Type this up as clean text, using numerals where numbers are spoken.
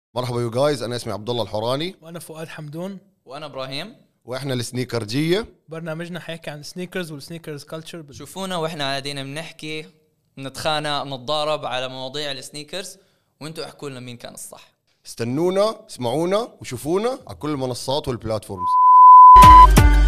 مرحبا يو جايز، انا اسمي عبد الله الحوراني وانا فؤاد حمدون وانا ابراهيم، واحنا السنيكرجيه. برنامجنا حيحكي عن السنيكرز والسنيكرز كلتشر. شوفونا واحنا قاعدين بنحكي، نتخانق، نتضارب على مواضيع السنيكرز، وانتوا احكوا لنا مين كان الصح. استنونا، اسمعونا وشوفونا على كل المنصات والبلاتفورمز.